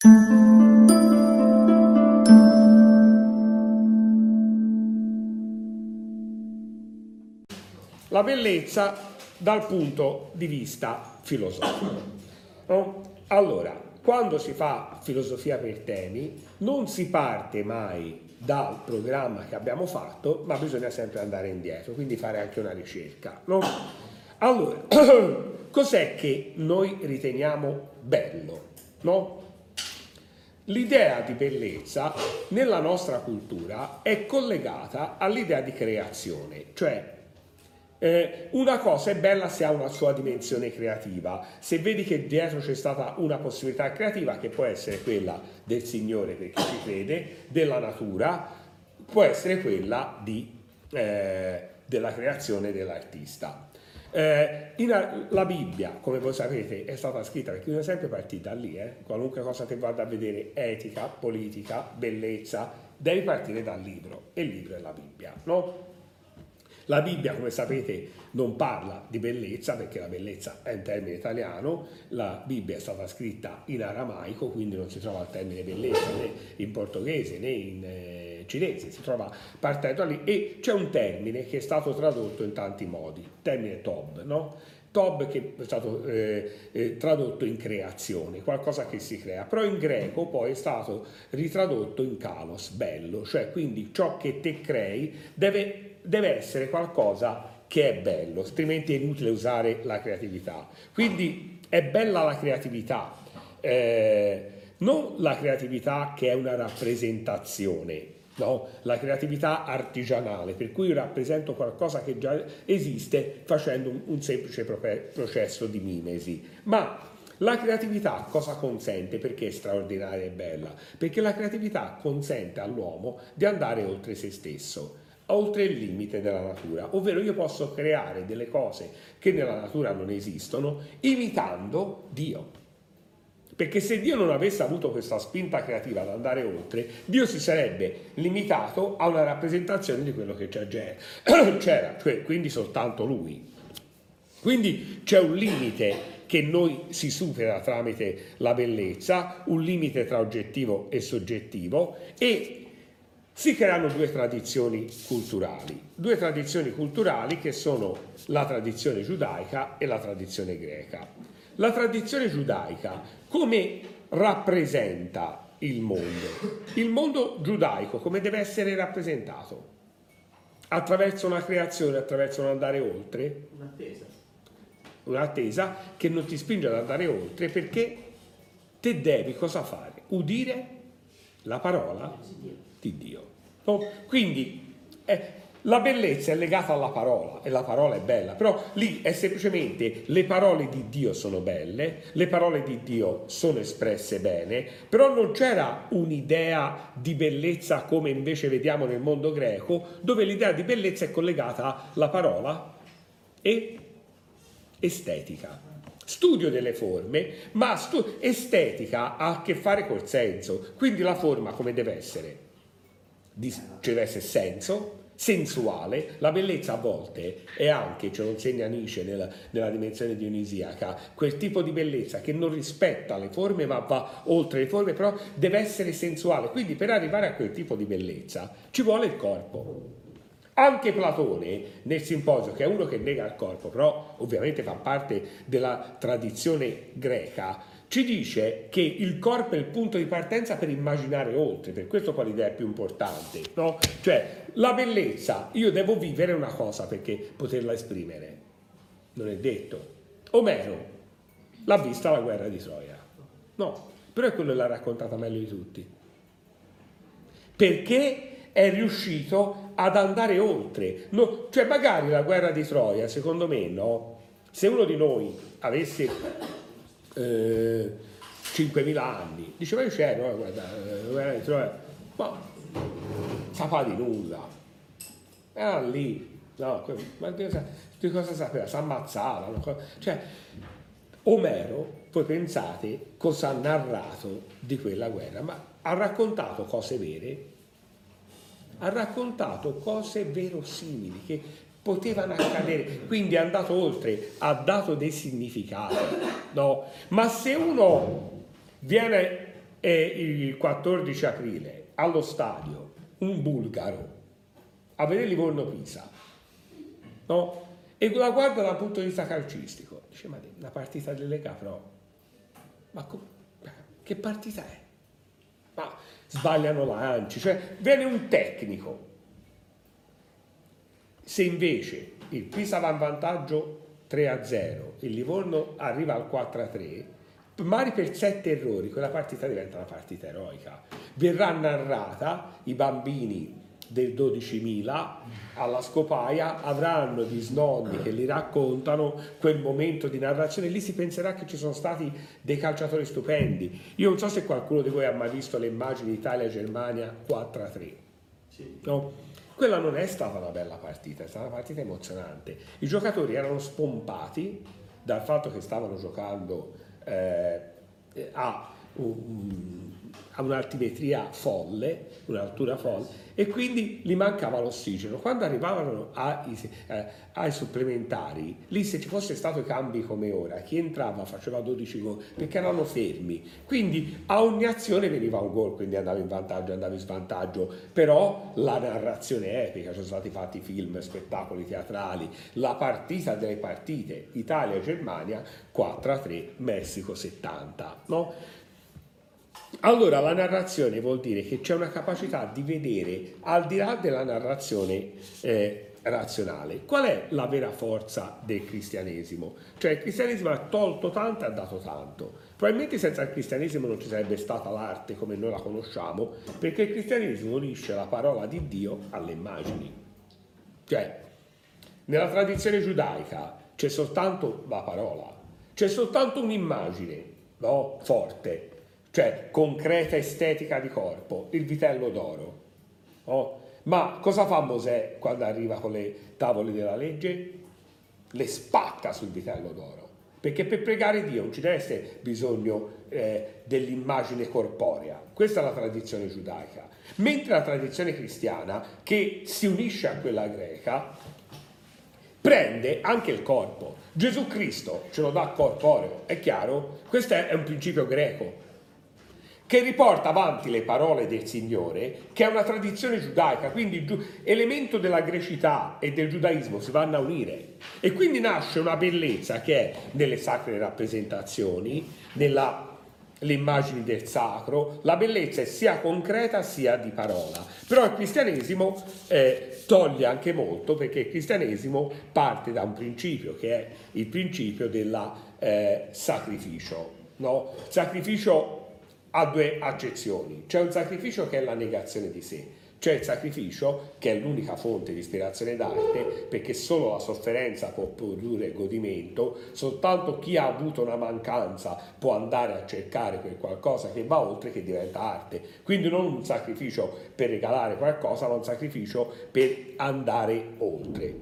La bellezza dal punto di vista filosofico. No? Allora, quando si fa filosofia per temi, non si parte mai dal programma che abbiamo fatto, ma bisogna sempre andare indietro, quindi fare anche una ricerca. No? Allora, cos'è che noi riteniamo bello? No? L'idea di bellezza nella nostra cultura è collegata all'idea di creazione, cioè una cosa è bella se ha una sua dimensione creativa, se vedi che dietro c'è stata una possibilità creativa che può essere quella del Signore per chi ci crede, della natura, può essere quella della creazione dell'artista. La Bibbia, come voi sapete, è stata scritta perché bisogna sempre partire da lì, qualunque cosa che vada a vedere etica, politica, bellezza, devi partire dal libro, e il libro è la Bibbia, no? La Bibbia, come sapete, non parla di bellezza perché la bellezza è un termine italiano, la Bibbia è stata scritta in aramaico, quindi non si trova il termine bellezza né in portoghese né in cinese, si trova partendo da lì, e c'è un termine che è stato tradotto in tanti modi, il termine Tob, no? Tob che è stato tradotto in creazione, qualcosa che si crea, però in greco poi è stato ritradotto in kalos, bello, cioè quindi ciò che te crei deve essere qualcosa che è bello, altrimenti è inutile usare la creatività. Quindi è bella la creatività, non la creatività che è una rappresentazione, no? La creatività artigianale, per cui io rappresento qualcosa che già esiste facendo un semplice processo di mimesi. Ma la creatività cosa consente? Perché è straordinaria e bella? Perché la creatività consente all'uomo di andare oltre se stesso, oltre il limite della natura, ovvero io posso creare delle cose che nella natura non esistono imitando Dio. Perché se Dio non avesse avuto questa spinta creativa ad andare oltre, Dio si sarebbe limitato a una rappresentazione di quello che c'era, cioè quindi soltanto Lui. Quindi c'è un limite che noi si supera tramite la bellezza, un limite tra oggettivo e soggettivo, e si creano due tradizioni culturali che sono la tradizione giudaica e la tradizione greca. La tradizione giudaica come rappresenta il mondo? Il mondo giudaico come deve essere rappresentato? Attraverso una creazione, attraverso un andare oltre? Un'attesa che non ti spinge ad andare oltre, perché te devi cosa fare? Udire la parola di Dio. No? Quindi la bellezza è legata alla parola e la parola è bella, però lì è semplicemente le parole di Dio sono belle, le parole di Dio sono espresse bene, però non c'era un'idea di bellezza come invece vediamo nel mondo greco, dove l'idea di bellezza è collegata alla parola e estetica. Studio delle forme, ma estetica ha a che fare col senso, quindi la forma come deve essere? Ci deve essere senso, sensuale. La bellezza a volte è anche, ce lo insegna Nietzsche nella dimensione dionisiaca, quel tipo di bellezza che non rispetta le forme ma va oltre le forme, però deve essere sensuale. Quindi per arrivare a quel tipo di bellezza ci vuole il corpo. Anche Platone nel Simposio, che è uno che nega il corpo, però ovviamente fa parte della tradizione greca, ci dice che il corpo è il punto di partenza per immaginare oltre, per questo poi l'idea è più importante, no? Cioè la bellezza, io devo vivere una cosa perché poterla esprimere, non è detto. Omero l'ha vista la guerra di Troia, no, però è quello che l'ha raccontata meglio di tutti, perché è riuscito ad andare oltre, no? Cioè magari la guerra di Troia, secondo me, no? Se uno di noi avesse 5.000 anni, diceva io c'ero, guarda, la guerra di Troia, ma sapeva di nulla, era lì, no? Ma di cosa sapeva? Si ammazzava, no? Cioè Omero, voi pensate cosa ha narrato di quella guerra, ma ha raccontato cose vere, ha raccontato cose verosimili che potevano accadere, quindi è andato oltre, ha dato dei significati, no? Ma se uno viene il 14 aprile allo stadio un bulgaro a vedere Livorno-Pisa, no? E la guarda dal punto di vista calcistico, dice: ma la partita del Lega Pro, che partita è? Ma sbagliano lanci, cioè viene un tecnico. Se invece il Pisa va in vantaggio 3-0, il Livorno arriva al 4-3, magari per 7 errori quella partita diventa una partita eroica. Verrà narrata, i bambini del 12.000 alla Scopaia avranno gli snonni che li raccontano quel momento di narrazione. Lì si penserà che ci sono stati dei calciatori stupendi. Io non so se qualcuno di voi ha mai visto le immagini Italia-Germania 4-3. Sì. No? Quella non è stata una bella partita, è stata una partita emozionante. I giocatori erano spompati dal fatto che stavano giocando a un'altimetria folle, un'altura folle, e quindi gli mancava l'ossigeno. Quando arrivavano ai supplementari, lì se ci fosse stato i cambi come ora, chi entrava faceva 12 gol perché erano fermi, quindi a ogni azione veniva un gol, quindi andavi in vantaggio, andavi in svantaggio, però la narrazione è epica, ci sono stati fatti film, spettacoli teatrali, la partita delle partite, Italia-Germania 4-3, Messico 70, no? Allora la narrazione vuol dire che c'è una capacità di vedere al di là della narrazione razionale. Qual è la vera forza del cristianesimo? Cioè il cristianesimo ha tolto tanto e ha dato tanto. Probabilmente senza il cristianesimo non ci sarebbe stata l'arte come noi la conosciamo, perché il cristianesimo unisce la parola di Dio alle immagini. Cioè nella tradizione giudaica c'è soltanto la parola, c'è soltanto un'immagine, no? Forte, cioè concreta, estetica di corpo, il vitello d'oro. Oh. Ma cosa fa Mosè quando arriva con le tavole della legge? Le spacca sul vitello d'oro, perché per pregare Dio non ci deve essere bisogno dell'immagine corporea. Questa è la tradizione giudaica. Mentre la tradizione cristiana, che si unisce a quella greca, prende anche il corpo. Gesù Cristo ce lo dà corporeo, è chiaro? Questo è un principio greco, che riporta avanti le parole del Signore, che è una tradizione giudaica, quindi elemento della grecità e del giudaismo si vanno a unire, e quindi nasce una bellezza che è nelle sacre rappresentazioni, nelle immagini del sacro. La bellezza è sia concreta sia di parola, però il cristianesimo toglie anche molto, perché il cristianesimo parte da un principio che è il principio del sacrificio, no? Sacrificio ha due accezioni. C'è un sacrificio che è la negazione di sé, c'è il sacrificio che è l'unica fonte di ispirazione d'arte, perché solo la sofferenza può produrre godimento, soltanto chi ha avuto una mancanza può andare a cercare quel qualcosa che va oltre, che diventa arte. Quindi non un sacrificio per regalare qualcosa, ma un sacrificio per andare oltre.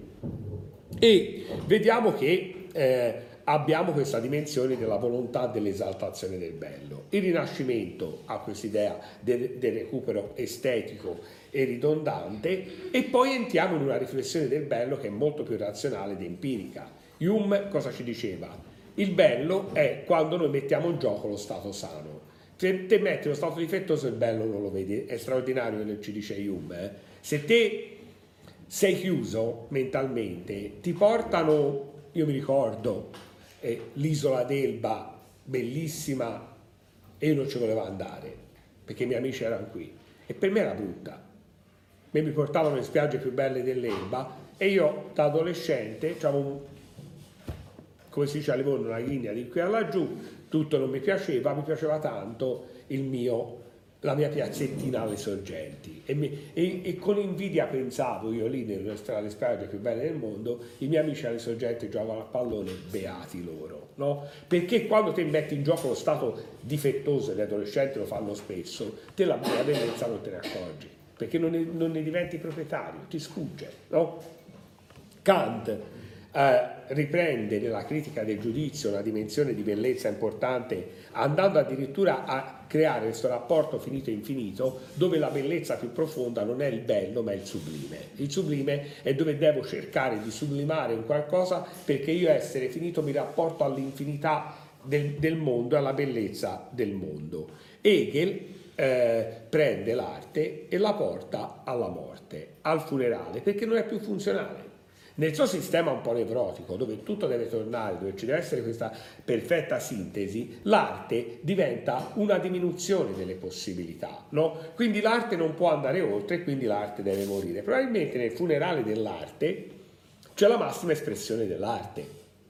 E vediamo che abbiamo questa dimensione della volontà dell'esaltazione del bello. Il Rinascimento ha quest'idea del recupero estetico e ridondante, e poi entriamo in una riflessione del bello che è molto più razionale ed empirica. Hume cosa ci diceva? Il bello è quando noi mettiamo in gioco lo stato sano. Se te metti lo stato difettoso, il bello non lo vedi. È straordinario quello che ci dice Hume. Se te sei chiuso mentalmente, ti portano, io mi ricordo, l'isola d'Elba, bellissima, e io non ci volevo andare perché i miei amici erano qui, e per me era brutta. Mi portavano le spiagge più belle dell'Elba, e io da adolescente avevo, come si dice a Livorno, una linea di qui a laggiù, tutto non mi piaceva tanto la mia piazzettina alle sorgenti, e con invidia pensavo io lì nelle spiagge più belle del mondo, i miei amici alle sorgenti giocavano a pallone, beati loro, no? Perché quando ti metti in gioco lo stato difettoso, e gli adolescenti lo fanno spesso, te la bellezza non te ne accorgi, perché non ne diventi proprietario, ti sfugge, no? Kant riprende nella critica del giudizio una dimensione di bellezza importante, andando addirittura a creare questo rapporto finito e infinito, dove la bellezza più profonda non è il bello ma è il sublime. Il sublime è dove devo cercare di sublimare un qualcosa, perché io, essere finito, mi rapporto all'infinità del mondo e alla bellezza del mondo. Hegel prende l'arte e la porta alla morte, al funerale, perché non è più funzionale. Nel suo sistema un po' nevrotico, dove tutto deve tornare, dove ci deve essere questa perfetta sintesi, l'arte diventa una diminuzione delle possibilità, no? Quindi l'arte non può andare oltre e quindi l'arte deve morire. Probabilmente nel funerale dell'arte c'è la massima espressione dell'arte.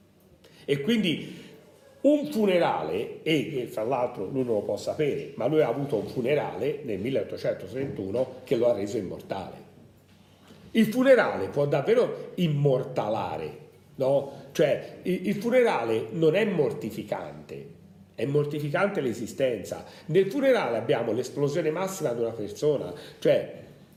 E quindi un funerale, e fra l'altro lui non lo può sapere, ma lui ha avuto un funerale nel 1831 che lo ha reso immortale. Il funerale può davvero immortalare, no? Cioè il funerale non è mortificante, è mortificante l'esistenza. Nel funerale abbiamo l'esplosione massima di una persona, cioè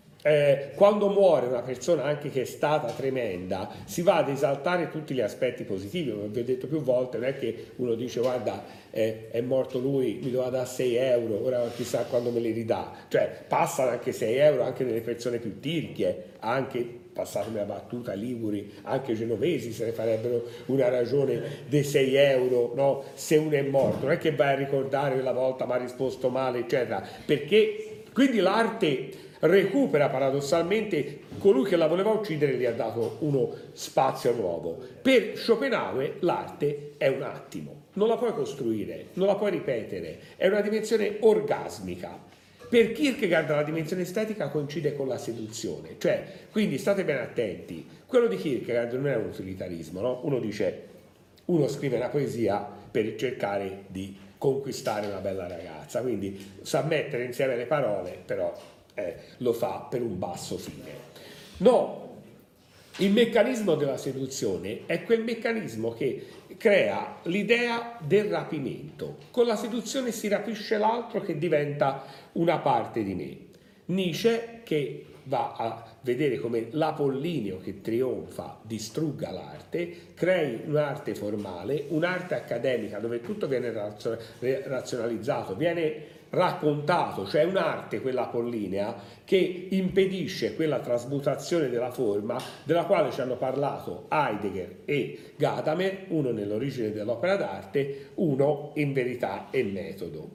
quando muore una persona anche che è stata tremenda, si va ad esaltare tutti gli aspetti positivi. Come vi ho detto più volte, non è che uno dice guarda è morto lui, mi doveva dare 6 euro, ora chissà quando me li ridà. Cioè passano anche 6 euro anche nelle persone più tirchie, anche, passatemi la battuta, liguri, anche genovesi se ne farebbero una ragione dei 6 euro, no? Se uno è morto, non è che vai a ricordare quella volta mi ha risposto male, eccetera, perché quindi l'arte recupera paradossalmente colui che la voleva uccidere, gli ha dato uno spazio nuovo. Per Schopenhauer l'arte è un attimo, non la puoi costruire, non la puoi ripetere, è una dimensione orgasmica. Per Kierkegaard la dimensione estetica coincide con la seduzione, cioè, quindi state ben attenti, quello di Kierkegaard non è un utilitarismo, no? Uno dice, uno scrive una poesia per cercare di conquistare una bella ragazza, quindi sa mettere insieme le parole, però lo fa per un basso fine. No, il meccanismo della seduzione è quel meccanismo che crea l'idea del rapimento. Con la seduzione si rapisce l'altro che diventa una parte di me. Nietzsche, che va a vedere come l'Apollinio che trionfa distrugga l'arte, crei un'arte formale, un'arte accademica dove tutto viene razionalizzato, viene raccontato, cioè un'arte, quella apollinea, che impedisce quella trasmutazione della forma della quale ci hanno parlato Heidegger e Gadamer, uno nell'origine dell'opera d'arte, uno in Verità e Metodo.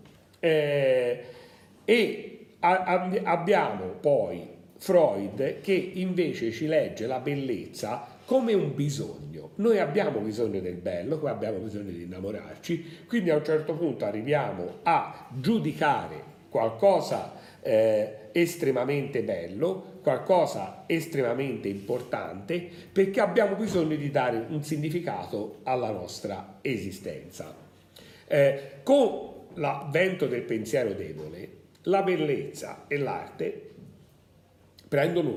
Abbiamo poi Freud che invece ci legge la bellezza come un bisogno. Noi abbiamo bisogno del bello, come abbiamo bisogno di innamorarci, quindi a un certo punto arriviamo a giudicare qualcosa estremamente bello, qualcosa estremamente importante, perché abbiamo bisogno di dare un significato alla nostra esistenza. Con l'avvento del pensiero debole, la bellezza e l'arte prendono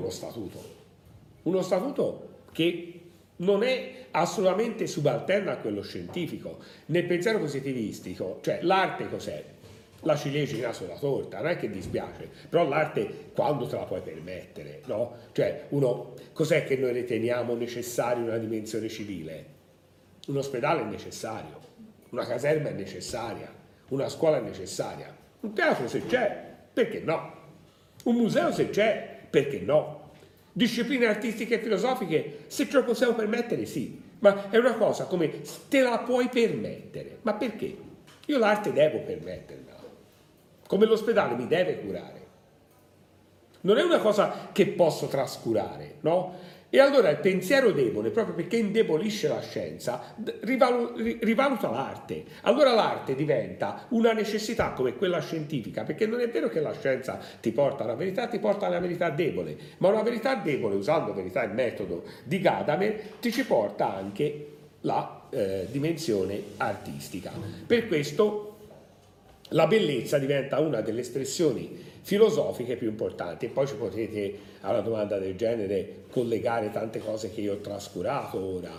uno statuto che non è assolutamente subalterno a quello scientifico. Nel pensiero positivistico, cioè l'arte cos'è? La ciliegina sulla torta, non è che dispiace, però l'arte quando te la puoi permettere, no? Cioè cos'è che noi riteniamo necessario in una dimensione civile? Un ospedale è necessario, una caserma è necessaria, una scuola è necessaria, un teatro se c'è, perché no? Un museo se c'è, perché no? Discipline artistiche e filosofiche, se ce lo possiamo permettere, sì, ma è una cosa come te la puoi permettere. Ma perché? Io l'arte devo permettermela, come l'ospedale mi deve curare. Non è una cosa che posso trascurare, no? E allora il pensiero debole, proprio perché indebolisce la scienza, rivaluta l'arte. Allora l'arte diventa una necessità come quella scientifica, perché non è vero che la scienza ti porta alla verità, ti porta alla verità debole, ma una verità debole, usando verità e metodo di Gadamer, ti ci porta anche la dimensione artistica. Per questo la bellezza diventa una delle espressioni filosofiche più importanti, e poi ci potete a una domanda del genere collegare tante cose che io ho trascurato ora,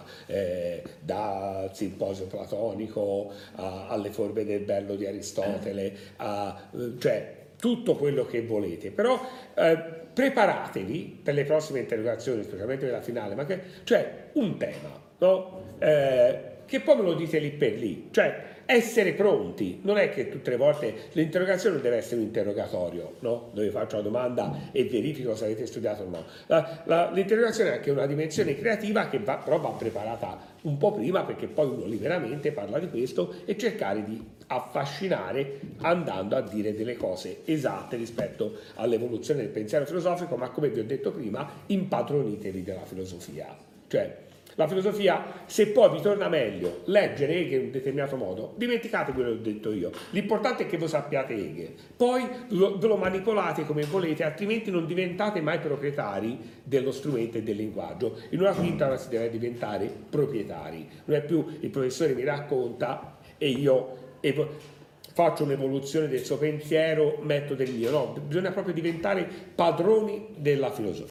dal simposio platonico alle forme del bello di Aristotele, cioè tutto quello che volete, però preparatevi per le prossime interrogazioni, specialmente per la finale, cioè un tema, no? che poi me lo dite lì per lì, cioè essere pronti, non è che tutte le volte l'interrogazione non deve essere un interrogatorio, no? Dove faccio la domanda e verifico se avete studiato o no. L'interrogazione è anche una dimensione creativa che però va preparata un po' prima, perché poi uno liberamente parla di questo e cercare di affascinare andando a dire delle cose esatte rispetto all'evoluzione del pensiero filosofico, ma come vi ho detto prima, impadronitevi della filosofia. Cioè, la filosofia, se poi vi torna meglio leggere Hegel in un determinato modo, dimenticate quello che ho detto io. L'importante è che voi sappiate Hegel. Poi ve lo manipolate come volete, altrimenti non diventate mai proprietari dello strumento e del linguaggio. In una quinta ora si deve diventare proprietari. Non è più il professore mi racconta e io faccio un'evoluzione del suo pensiero, metto del mio. No, bisogna proprio diventare padroni della filosofia.